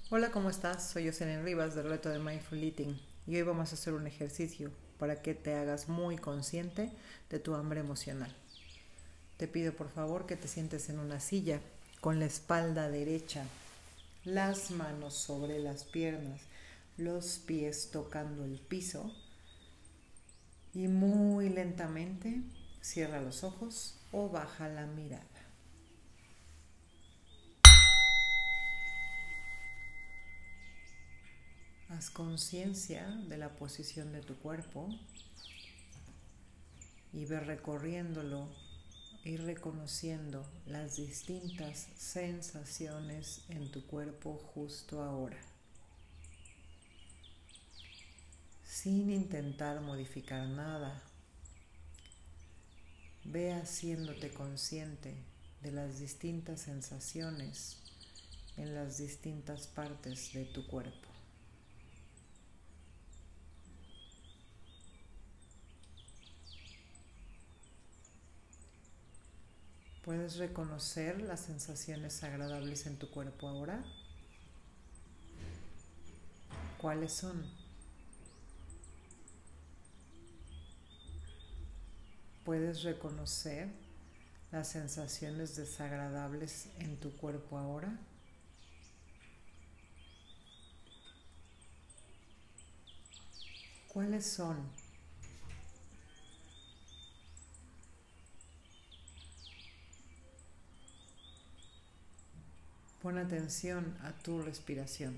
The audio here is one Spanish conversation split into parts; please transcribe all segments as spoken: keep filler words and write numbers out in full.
Hola, ¿cómo estás? Soy Yoselin Rivas del reto de Mindful Eating y hoy vamos a hacer un ejercicio para que te hagas muy consciente de tu hambre emocional. Te pido por favor que te sientes en una silla con la espalda derecha, las manos sobre las piernas, los pies tocando el piso y muy lentamente cierra los ojos o baja la mirada. Haz conciencia de la posición de tu cuerpo y ve recorriéndolo y reconociendo las distintas sensaciones en tu cuerpo justo ahora, sin intentar modificar nada. Ve haciéndote consciente de las distintas sensaciones en las distintas partes de tu cuerpo. ¿Puedes reconocer las sensaciones agradables en tu cuerpo ahora? ¿Cuáles son? ¿Puedes reconocer las sensaciones desagradables en tu cuerpo ahora? ¿Cuáles son? Pon atención a tu respiración.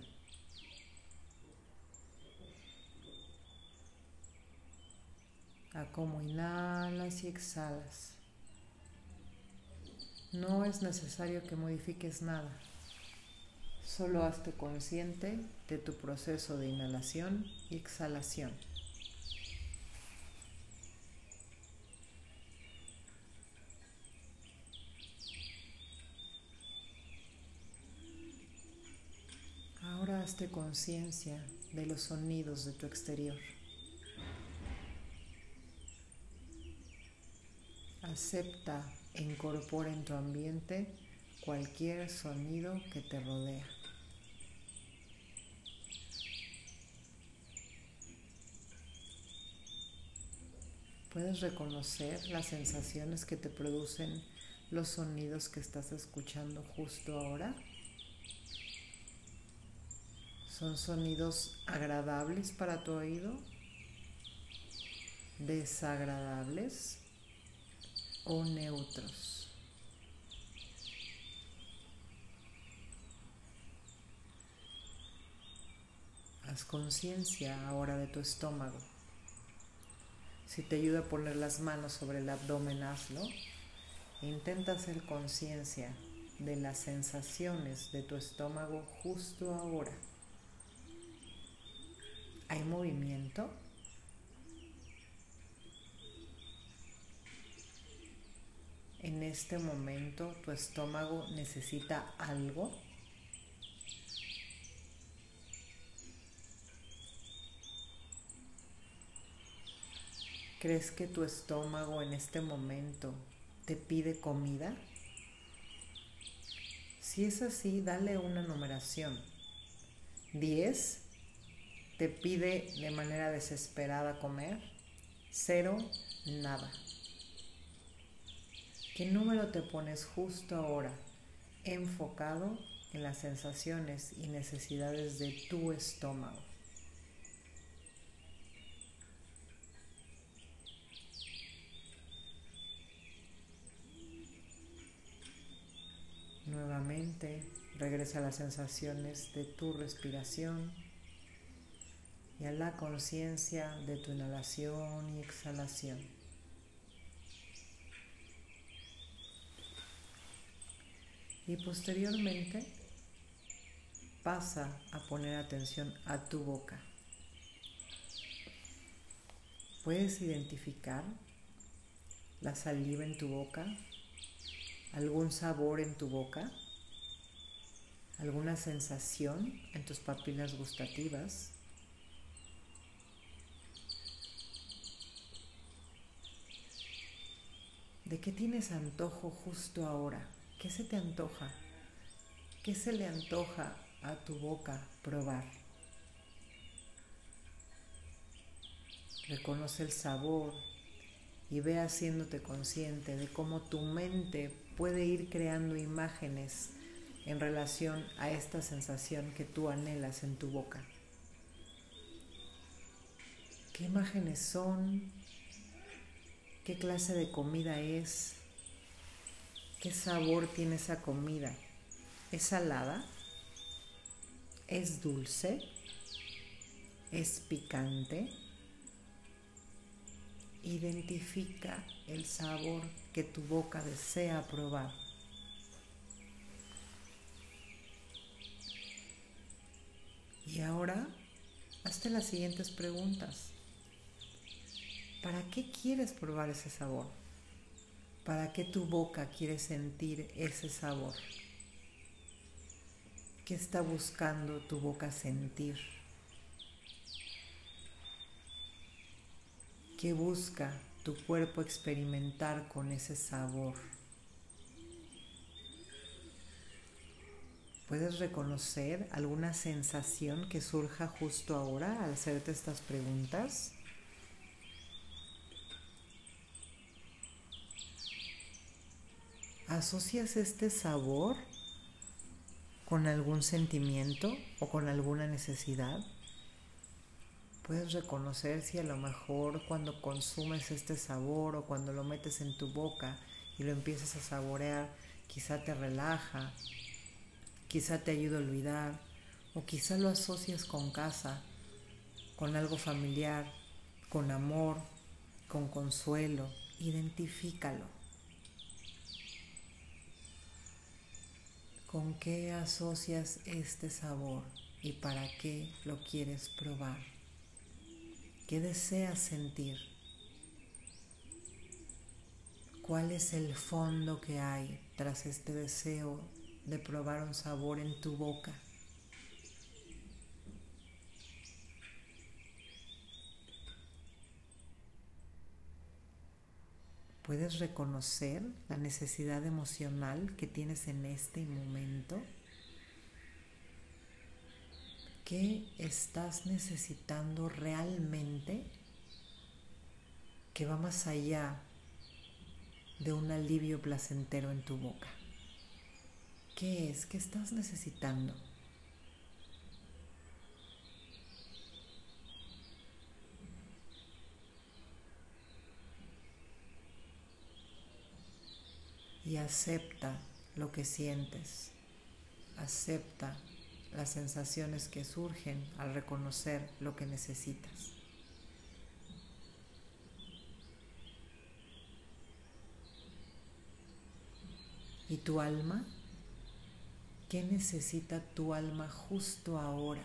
A cómo inhalas y exhalas. No es necesario que modifiques nada. Solo hazte consciente de tu proceso de inhalación y exhalación. Ahora hazte conciencia de los sonidos de tu exterior. Acepta e incorpora en tu ambiente cualquier sonido que te rodea. ¿Puedes reconocer las sensaciones que te producen los sonidos que estás escuchando justo ahora? ¿Son sonidos agradables para tu oído? ¿Desagradables o neutros? Haz conciencia ahora de tu estómago. Si te ayuda a poner las manos sobre el abdomen, hazlo. Intenta hacer conciencia de las sensaciones de tu estómago justo ahora. ¿Hay movimiento? En este momento, ¿tu estómago necesita algo? ¿Crees que tu estómago en este momento te pide comida? Si es así, dale una numeración. diez, te pide de manera desesperada comer. cero, nada. ¿Qué número te pones justo ahora enfocado en las sensaciones y necesidades de tu estómago? Nuevamente, regresa a las sensaciones de tu respiración y a la conciencia de tu inhalación y exhalación. Y posteriormente, pasa a poner atención a tu boca. ¿Puedes identificar la saliva en tu boca? ¿Algún sabor en tu boca? ¿Alguna sensación en tus papilas gustativas? ¿De qué tienes antojo justo ahora? ¿Qué se te antoja? ¿Qué se le antoja a tu boca probar. Reconoce el sabor y ve haciéndote consciente de cómo tu mente puede ir creando imágenes en relación a esta sensación que tú anhelas en tu boca. ¿Qué imágenes son? ¿Qué clase de comida es? ¿Qué sabor tiene esa comida? ¿Es salada? ¿Es dulce? ¿Es picante? Identifica el sabor que tu boca desea probar. Y ahora, hazte las siguientes preguntas. ¿Para qué quieres probar ese sabor? ¿Para qué tu boca quiere sentir ese sabor? ¿Qué está buscando tu boca sentir? ¿Qué busca tu cuerpo experimentar con ese sabor? ¿Puedes reconocer alguna sensación que surja justo ahora al hacerte estas preguntas? ¿Asocias este sabor con algún sentimiento o con alguna necesidad? Puedes reconocer si a lo mejor cuando consumes este sabor o cuando lo metes en tu boca y lo empiezas a saborear, quizá te relaja, quizá te ayuda a olvidar, o quizá lo asocias con casa, con algo familiar, con amor, con consuelo. Identifícalo. ¿Con qué asocias este sabor y para qué lo quieres probar? ¿Qué deseas sentir? ¿Cuál es el fondo que hay tras este deseo de probar un sabor en tu boca? ¿Puedes reconocer la necesidad emocional que tienes en este momento? ¿Qué estás necesitando realmente que va más allá de un alivio placentero en tu boca? ¿Qué es? ¿Qué estás necesitando? Y acepta lo que sientes. Acepta las sensaciones que surgen al reconocer lo que necesitas. ¿Y tu alma? ¿Qué necesita tu alma justo ahora?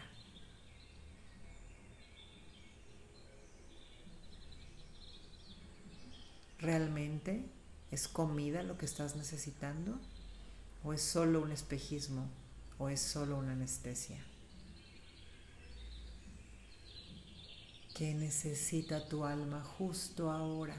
¿Realmente es comida lo que estás necesitando? ¿O es solo un espejismo? ¿O es solo una anestesia? ¿Qué necesita tu alma justo ahora?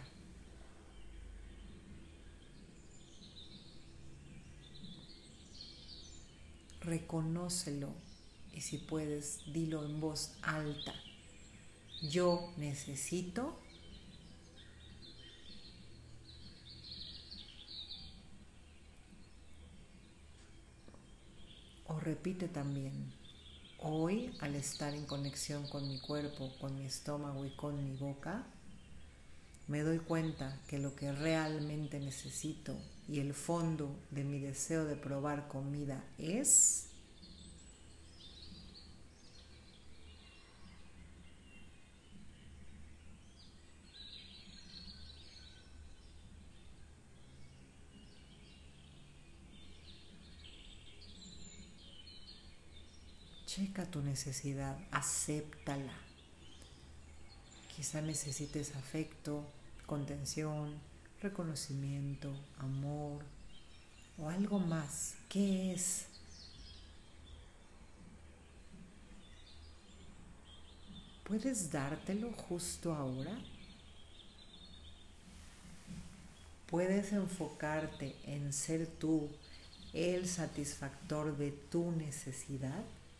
Reconócelo y si puedes, dilo en voz alta. Yo necesito. O repite también. Hoy, al estar en conexión con mi cuerpo, con mi estómago y con mi boca, me doy cuenta que lo que realmente necesito y el fondo de mi deseo de probar comida es... Checa tu necesidad, acéptala. Quizá necesites afecto, contención, reconocimiento, amor o algo más. ¿Qué es? ¿Puedes dártelo justo ahora? ¿Puedes enfocarte en ser tú el satisfactor de tu necesidad?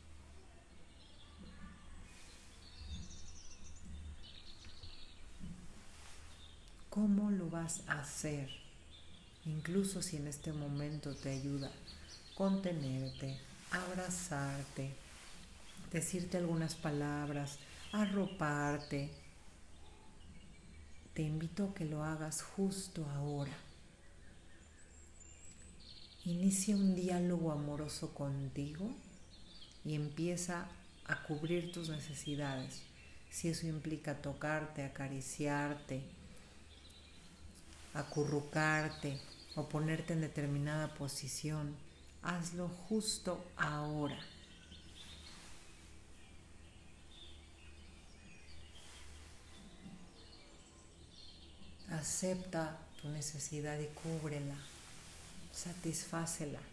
¿Cómo lo vas a hacer? Incluso si en este momento te ayuda contenerte, abrazarte, decirte algunas palabras, arroparte. Te invito a que lo hagas justo ahora. Inicia un diálogo amoroso contigo y empieza a cubrir tus necesidades. Si eso implica tocarte, acariciarte, acurrucarte o ponerte en determinada posición, hazlo justo ahora. Acepta tu necesidad y cúbrela, satisfácela.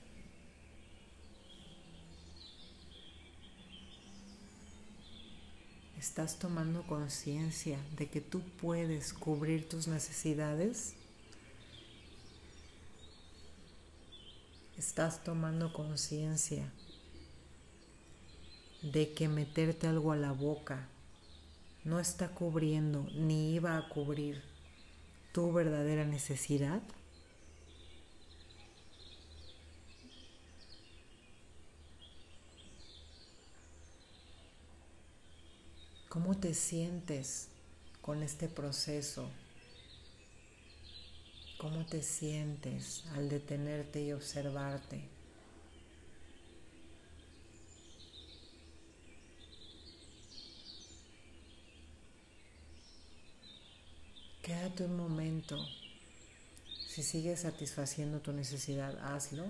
¿Estás tomando conciencia de que tú puedes cubrir tus necesidades? ¿Estás tomando conciencia de que meterte algo a la boca no está cubriendo ni iba a cubrir tu verdadera necesidad? ¿Cómo te sientes con este proceso? ¿Cómo te sientes al detenerte y observarte? Quédate un momento. Si sigues satisfaciendo tu necesidad, hazlo.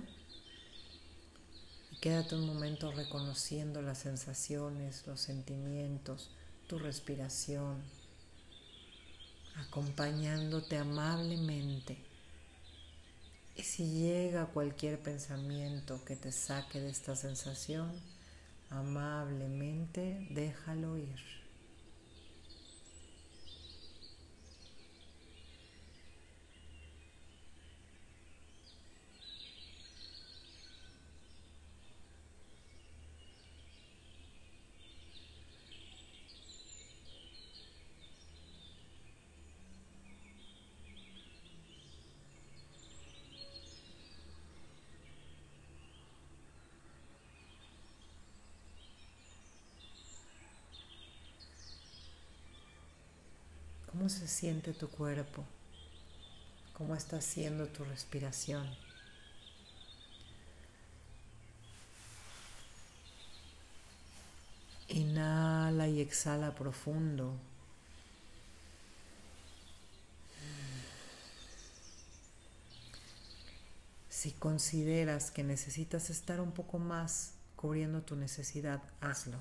Y quédate un momento reconociendo las sensaciones, los sentimientos, tu respiración, acompañándote amablemente. Y si llega cualquier pensamiento que te saque de esta sensación, amablemente déjalo ir. ¿Cómo se siente tu cuerpo? ¿Cómo está siendo tu respiración? Inhala y exhala profundo. Si consideras que necesitas estar un poco más cubriendo tu necesidad, hazlo.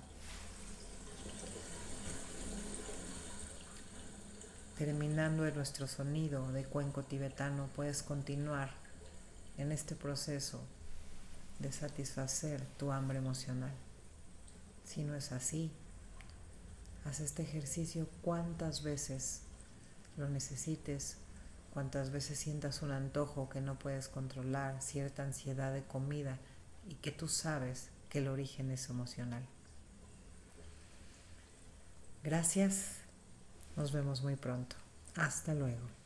Terminando en nuestro sonido de cuenco tibetano, puedes continuar en este proceso de satisfacer tu hambre emocional. Si no es así, haz este ejercicio cuantas veces lo necesites, cuantas veces sientas un antojo que no puedes controlar, cierta ansiedad de comida y que tú sabes que el origen es emocional. Gracias. Nos vemos muy pronto. Hasta luego.